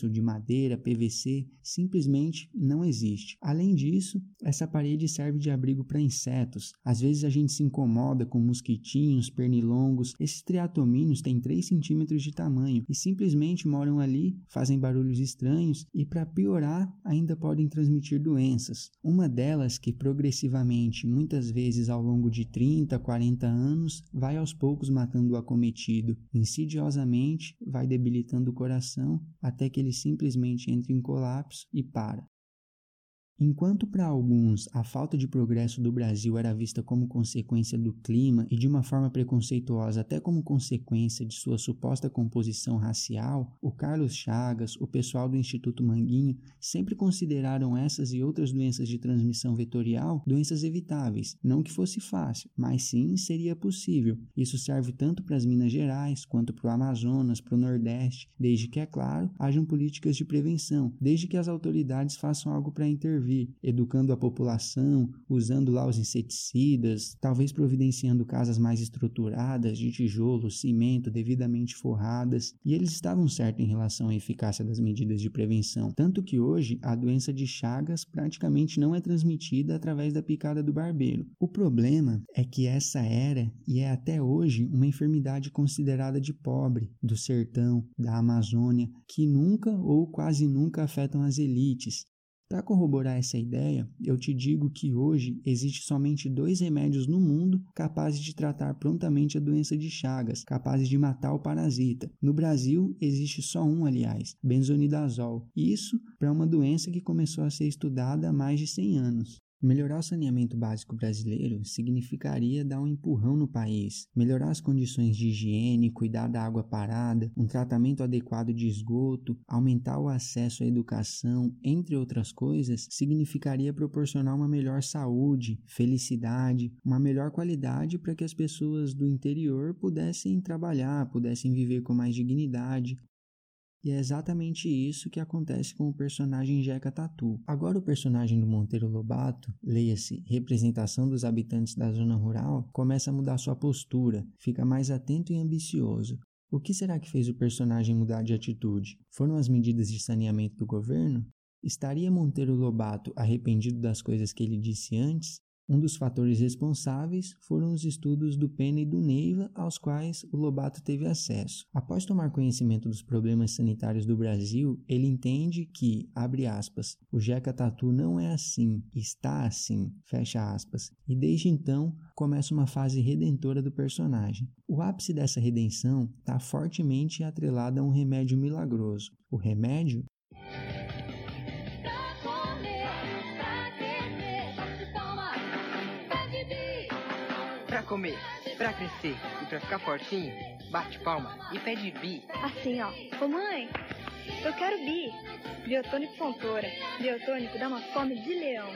Speaker 1: aço, de madeira, P V C, simplesmente não existe. Além disso, essa parede serve de abrigo para insetos. Às vezes a gente se incomoda com mosquitinhos, pernilongos. Esses triatomíneos têm três centímetros de tamanho e simplesmente moram ali, fazem barulhos estranhos e, para piorar, ainda podem transmitir doenças. Uma delas que progressivamente, muitas vezes ao longo de trinta, quarenta anos, vai aos poucos matando o acometido. Insidiosamente, vai debilitando o coração até que ele simplesmente entra em colapso e para. Enquanto para alguns a falta de progresso do Brasil era vista como consequência do clima e de uma forma preconceituosa até como consequência de sua suposta composição racial, o Carlos Chagas, o pessoal do Instituto Manguinho sempre consideraram essas e outras doenças de transmissão vetorial doenças evitáveis. Não que fosse fácil, mas sim seria possível. Isso serve tanto para as Minas Gerais quanto para o Amazonas, para o Nordeste, desde que, é claro, hajam políticas de prevenção, desde que as autoridades façam algo para intervir, educando a população, usando lá os inseticidas, talvez providenciando casas mais estruturadas, de tijolo, cimento, devidamente forradas, e eles estavam certos em relação à eficácia das medidas de prevenção, tanto que hoje a doença de Chagas praticamente não é transmitida através da picada do barbeiro. O problema é que essa era, e é até hoje, uma enfermidade considerada de pobre, do sertão, da Amazônia, que nunca ou quase nunca afetam as elites. Para corroborar essa ideia, eu te digo que hoje existe somente dois remédios no mundo capazes de tratar prontamente a doença de Chagas, capazes de matar o parasita. No Brasil, existe só um, aliás, benzonidazol. Isso para uma doença que começou a ser estudada há mais de cem anos. Melhorar o saneamento básico brasileiro significaria dar um empurrão no país. Melhorar as condições de higiene, cuidar da água parada, um tratamento adequado de esgoto, aumentar o acesso à educação, entre outras coisas, significaria proporcionar uma melhor saúde, felicidade, uma melhor qualidade para que as pessoas do interior pudessem trabalhar, pudessem viver com mais dignidade. E é exatamente isso que acontece com o personagem Jeca Tatu. Agora o personagem do Monteiro Lobato, leia-se representação dos habitantes da zona rural, começa a mudar sua postura, fica mais atento e ambicioso. O que será que fez o personagem mudar de atitude? Foram as medidas de saneamento do governo? Estaria Monteiro Lobato arrependido das coisas que ele disse antes? Um dos fatores responsáveis foram os estudos do Pena e do Neiva, aos quais o Lobato teve acesso. Após tomar conhecimento dos problemas sanitários do Brasil, ele entende que, abre aspas, o Jeca Tatu não é assim, está assim, fecha aspas. E desde então, começa uma fase redentora do personagem. O ápice dessa redenção está fortemente atrelado a um remédio milagroso. O remédio
Speaker 2: Pra comer, pra crescer e pra ficar fortinho, bate palma e pede bi.
Speaker 3: Assim, ó. Ô mãe, eu quero bi. Biotônico Fontoura. Biotônico dá uma fome de leão.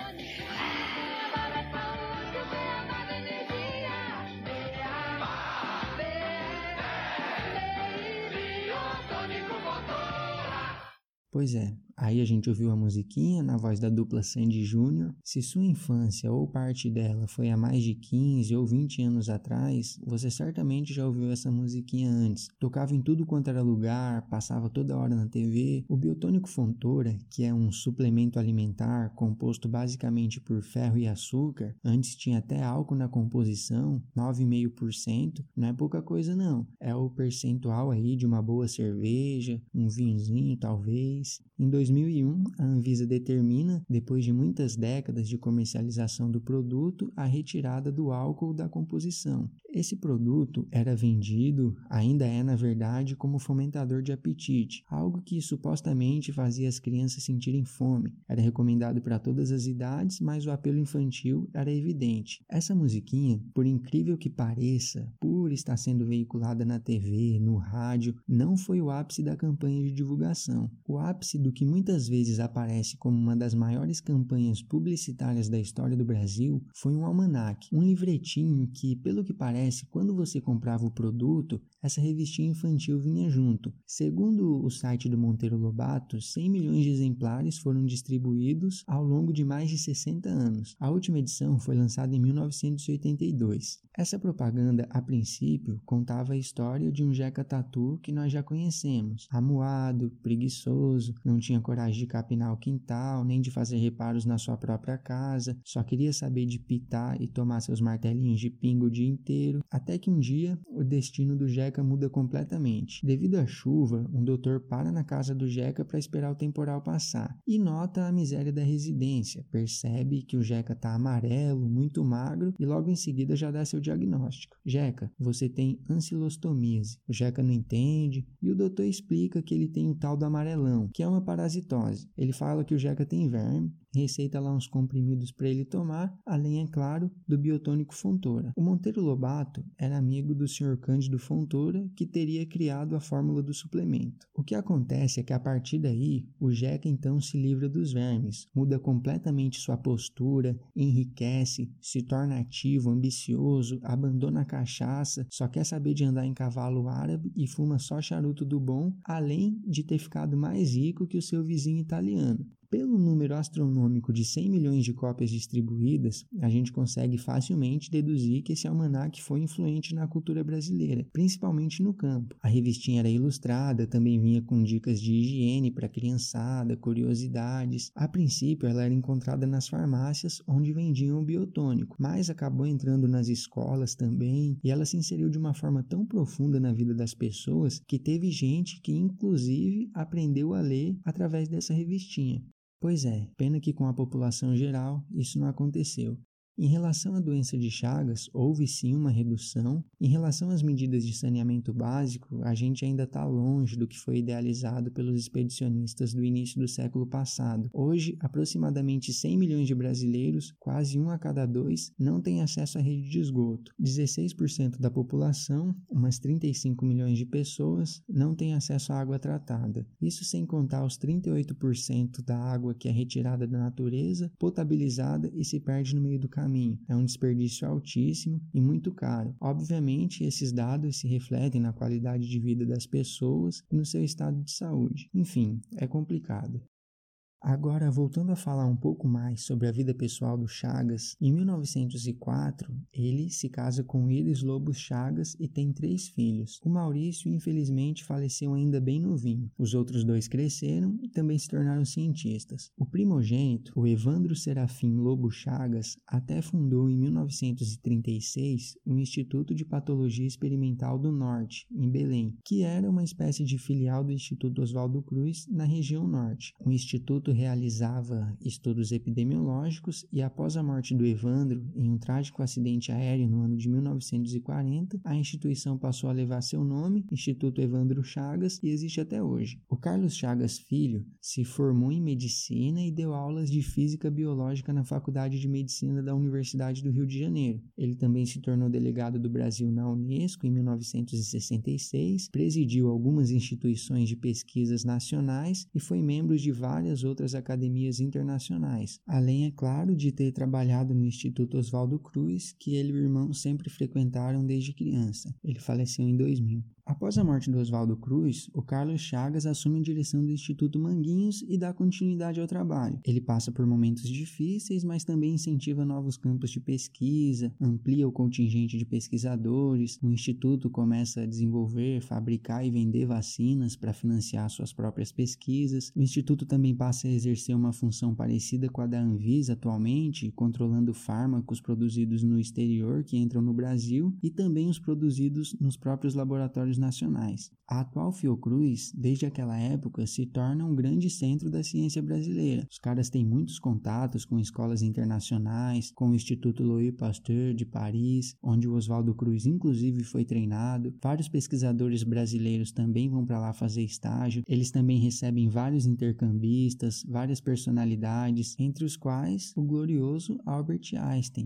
Speaker 1: Pois é, aí a gente ouviu a musiquinha na voz da dupla Sandy Júnior. Se sua infância ou parte dela foi há mais de quinze ou vinte anos atrás, você certamente já ouviu essa musiquinha antes. Tocava em tudo quanto era lugar, passava toda hora na T V. O Biotônico Fontoura, que é um suplemento alimentar composto basicamente por ferro e açúcar, antes tinha até álcool na composição, nove vírgula cinco por cento, não é pouca coisa não. É o percentual aí de uma boa cerveja, um vinhozinho talvez. Em dois mil e um, a Anvisa determina, depois de muitas décadas de comercialização do produto, a retirada do álcool da composição. Esse produto era vendido, ainda é na verdade, como fomentador de apetite, algo que supostamente fazia as crianças sentirem fome. Era recomendado para todas as idades, mas o apelo infantil era evidente. Essa musiquinha, por incrível que pareça, por estar sendo veiculada na T V, no rádio, não foi o ápice da campanha de divulgação. O ápice do que muitas vezes aparece como uma das maiores campanhas publicitárias da história do Brasil foi um almanaque, um livretinho que, pelo que parece, quando você comprava o produto, essa revistinha infantil vinha junto. Segundo o site do Monteiro Lobato, cem milhões de exemplares foram distribuídos ao longo de mais de sessenta anos. A última edição foi lançada em mil novecentos e oitenta e dois. Essa propaganda, a princípio, contava a história de um Jeca Tatu que nós já conhecemos. Amuado, preguiçoso, não tinha coragem de capinar o quintal, nem de fazer reparos na sua própria casa, só queria saber de pitar e tomar seus martelinhos de pinga o dia inteiro, até que um dia o destino do Jeca muda completamente. Devido à chuva, um doutor para na casa do Jeca para esperar o temporal passar e nota a miséria da residência, percebe que o Jeca está amarelo, muito magro e logo em seguida já dá seu diagnóstico. Jeca, você tem ancilostomíase. O Jeca não entende e o doutor explica que ele tem o tal do amarelão, que é uma parasitose. Ele fala que o Jeca tem verme, receita lá uns comprimidos para ele tomar, além, é claro, do biotônico Fontoura. O Monteiro Lobato era amigo do senhor Cândido Fontoura, que teria criado a fórmula do suplemento. O que acontece é que a partir daí, o Jeca então se livra dos vermes, muda completamente sua postura, enriquece, se torna ativo, ambicioso, abandona a cachaça, só quer saber de andar em cavalo árabe e fuma só charuto do bom, além de ter ficado mais rico que o seu vizinho italiano. Pelo número astronômico de cem milhões de cópias distribuídas, a gente consegue facilmente deduzir que esse almanaque foi influente na cultura brasileira, principalmente no campo. A revistinha era ilustrada, também vinha com dicas de higiene para a criançada, curiosidades. A princípio, ela era encontrada nas farmácias, onde vendiam o biotônico, mas acabou entrando nas escolas também, e ela se inseriu de uma forma tão profunda na vida das pessoas que teve gente que, inclusive, aprendeu a ler através dessa revistinha. Pois é, pena que com a população geral isso não aconteceu. Em relação à doença de Chagas, houve sim uma redução. Em relação às medidas de saneamento básico, a gente ainda está longe do que foi idealizado pelos expedicionistas do início do século passado. Hoje, aproximadamente cem milhões de brasileiros, quase um a cada dois, não têm acesso à rede de esgoto. dezesseis por cento da população, umas trinta e cinco milhões de pessoas, não têm acesso à água tratada. Isso sem contar os trinta e oito por cento da água que é retirada da natureza, potabilizada e se perde no meio do caminho. É um desperdício altíssimo e muito caro. Obviamente, esses dados se refletem na qualidade de vida das pessoas e no seu estado de saúde. Enfim, é complicado. Agora, voltando a falar um pouco mais sobre a vida pessoal do Chagas, em mil novecentos e quatro, ele se casa com Iris Lobos Chagas e tem três filhos. O Maurício, infelizmente, faleceu ainda bem novinho. Os outros dois cresceram e também se tornaram cientistas. O primogênito, o Evandro Serafim Lobo Chagas, até fundou em mil novecentos e trinta e seis o Instituto de Patologia Experimental do Norte, em Belém, que era uma espécie de filial do Instituto Oswaldo Cruz na região norte. O instituto realizava estudos epidemiológicos e após a morte do Evandro, em um trágico acidente aéreo no ano de mil novecentos e quarenta, a instituição passou a levar seu nome, Instituto Evandro Chagas, e existe até hoje. O Carlos Chagas Filho se formou em medicina e deu aulas de física biológica na Faculdade de Medicina da Universidade do Rio de Janeiro. Ele também se tornou delegado do Brasil na Unesco em mil novecentos e sessenta e seis, presidiu algumas instituições de pesquisas nacionais e foi membro de várias outras academias internacionais, além, é claro, de ter trabalhado no Instituto Oswaldo Cruz, que ele e o irmão sempre frequentaram desde criança. Ele faleceu em dois mil. Após a morte do Oswaldo Cruz, o Carlos Chagas assume a direção do Instituto Manguinhos e dá continuidade ao trabalho. Ele passa por momentos difíceis, mas também incentiva novos campos de pesquisa, amplia o contingente de pesquisadores, o Instituto começa a desenvolver, fabricar e vender vacinas para financiar suas próprias pesquisas. O Instituto também passa a exercer uma função parecida com a da Anvisa atualmente, controlando fármacos produzidos no exterior que entram no Brasil e também os produzidos nos próprios laboratórios nacionais. A atual Fiocruz, desde aquela época, se torna um grande centro da ciência brasileira. Os caras têm muitos contatos com escolas internacionais, com o Instituto Louis Pasteur de Paris, onde o Oswaldo Cruz inclusive foi treinado. Vários pesquisadores brasileiros também vão para lá fazer estágio. Eles também recebem vários intercambistas, várias personalidades, entre os quais o glorioso Albert Einstein.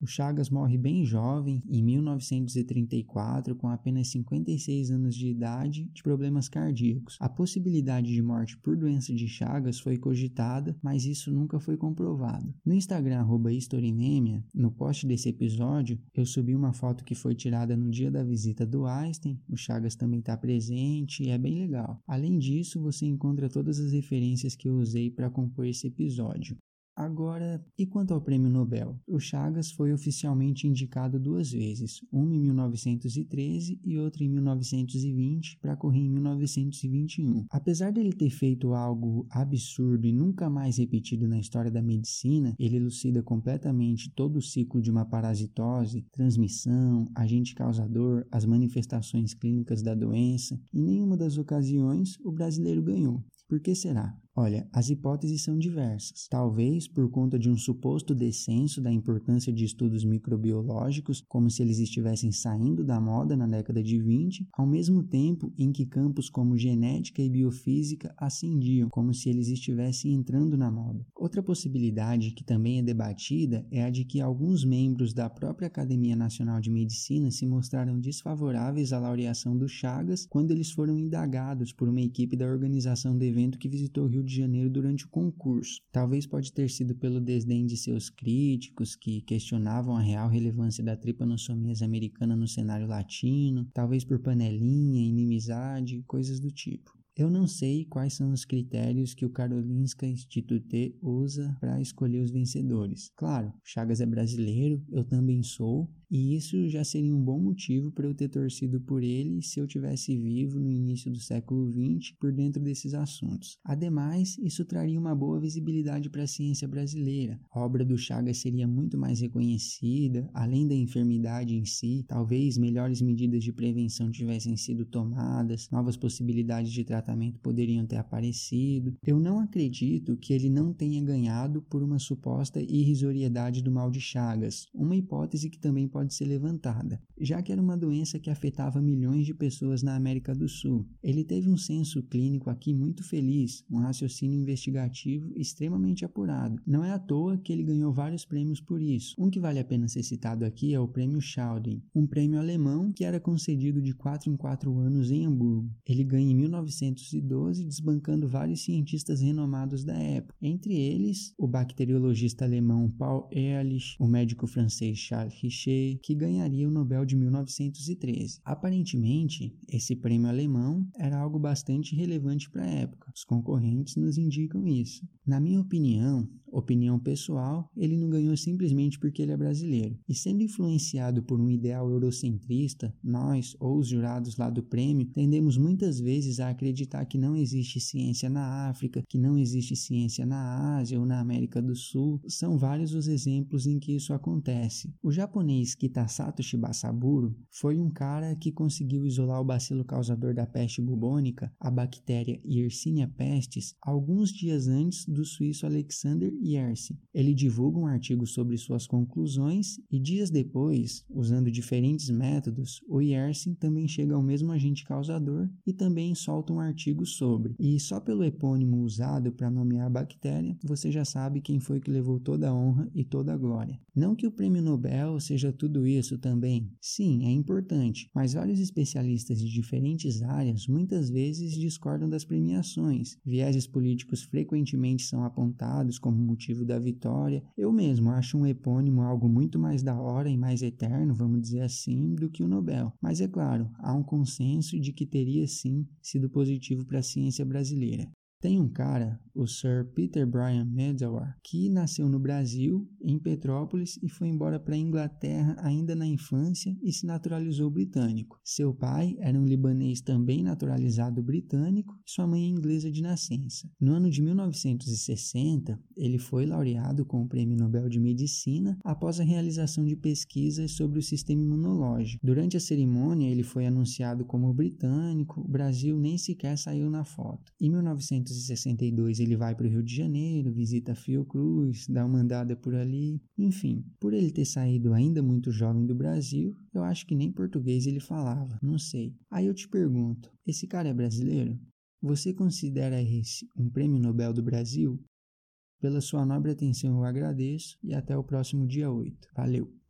Speaker 1: O Chagas morre bem jovem, em mil novecentos e trinta e quatro, com apenas cinquenta e seis anos de idade, de problemas cardíacos. A possibilidade de morte por doença de Chagas foi cogitada, mas isso nunca foi comprovado. No Instagram, arroba Historynemia, no post desse episódio, eu subi uma foto que foi tirada no dia da visita do Einstein, o Chagas também está presente e é bem legal. Além disso, você encontra todas as referências que eu usei para compor esse episódio. Agora, e quanto ao Prêmio Nobel? O Chagas foi oficialmente indicado duas vezes, uma em mil novecentos e treze e outra em mil novecentos e vinte, para correr em mil novecentos e vinte e um. Apesar dele ter feito algo absurdo e nunca mais repetido na história da medicina, ele elucida completamente todo o ciclo de uma parasitose, transmissão, agente causador, as manifestações clínicas da doença. Em nenhuma das ocasiões o brasileiro ganhou. Por que será? Olha, as hipóteses são diversas. Talvez por conta de um suposto descenso da importância de estudos microbiológicos, como se eles estivessem saindo da moda na década de vinte, ao mesmo tempo em que campos como genética e biofísica ascendiam, como se eles estivessem entrando na moda. Outra possibilidade que também é debatida é a de que alguns membros da própria Academia Nacional de Medicina se mostraram desfavoráveis à laureação do Chagas quando eles foram indagados por uma equipe da organização do evento que visitou o Rio de Janeiro durante o concurso. Talvez pode ter sido pelo desdém de seus críticos que questionavam a real relevância da tripanossomia americana no cenário latino, talvez por panelinha, inimizade, coisas do tipo. Eu não sei quais são os critérios que o Karolinska Institute usa para escolher os vencedores. Claro, Chagas é brasileiro, eu também sou, e isso já seria um bom motivo para eu ter torcido por ele se eu tivesse vivo no início do século vinte por dentro desses assuntos. Ademais, isso traria uma boa visibilidade para a ciência brasileira. A obra do Chagas seria muito mais reconhecida, além da enfermidade em si, talvez melhores medidas de prevenção tivessem sido tomadas, novas possibilidades de tratamento poderiam ter aparecido. Eu não acredito que ele não tenha ganhado por uma suposta irrisoriedade do mal de Chagas, uma hipótese que também pode ser levantada, já que era uma doença que afetava milhões de pessoas na América do Sul. Ele teve um senso clínico aqui muito feliz, um raciocínio investigativo extremamente apurado. Não é à toa que ele ganhou vários prêmios por isso. Um que vale a pena ser citado aqui é o Prêmio Schauding, um prêmio alemão que era concedido de quatro em quatro anos em Hamburgo. Ele ganha em mil novecentos e doze, desbancando vários cientistas renomados da época, entre eles o bacteriologista alemão Paul Ehrlich, o médico francês Charles Richet, que ganharia o Nobel de mil novecentos e treze. Aparentemente, esse prêmio alemão era algo bastante relevante para a época. Os concorrentes nos indicam isso. Na minha opinião, opinião pessoal, ele não ganhou simplesmente porque ele é brasileiro. E sendo influenciado por um ideal eurocentrista, nós, ou os jurados lá do prêmio, tendemos muitas vezes a acreditar que não existe ciência na África, que não existe ciência na Ásia ou na América do Sul. São vários os exemplos em que isso acontece. O japonês Kitasato Shibasaburo foi um cara que conseguiu isolar o bacilo causador da peste bubônica, a bactéria Yersinia pestis, alguns dias antes do suíço Alexander Yersin. Ele divulga um artigo sobre suas conclusões e dias depois, usando diferentes métodos, o Yersin também chega ao mesmo agente causador e também solta um artigo sobre. E só pelo epônimo usado para nomear a bactéria, você já sabe quem foi que levou toda a honra e toda a glória. Não que o Prêmio Nobel seja tudo isso também. Sim, é importante, mas vários especialistas de diferentes áreas muitas vezes discordam das premiações. Vieses políticos frequentemente são apontados como motivo da vitória. Eu mesmo acho um epônimo algo muito mais da hora e mais eterno, vamos dizer assim, do que o Nobel. Mas é claro, há um consenso de que teria sim sido positivo para a ciência brasileira. Tem um cara, o Sir Peter Brian Medawar, que nasceu no Brasil, em Petrópolis, e foi embora para a Inglaterra ainda na infância e se naturalizou britânico. Seu pai era um libanês também naturalizado britânico e sua mãe é inglesa de nascença. No ano de mil novecentos e sessenta, ele foi laureado com o Prêmio Nobel de Medicina após a realização de pesquisas sobre o sistema imunológico. Durante a cerimônia, ele foi anunciado como britânico, o Brasil nem sequer saiu na foto. Em mil novecentos e sessenta e dois ele vai para o Rio de Janeiro, visita a Fiocruz, dá uma andada por ali, enfim. Por ele ter saído ainda muito jovem do Brasil, eu acho que nem português ele falava, não sei. Aí eu te pergunto, esse cara é brasileiro? Você considera esse um Prêmio Nobel do Brasil? Pela sua nobre atenção eu agradeço e até o próximo dia oito. Valeu!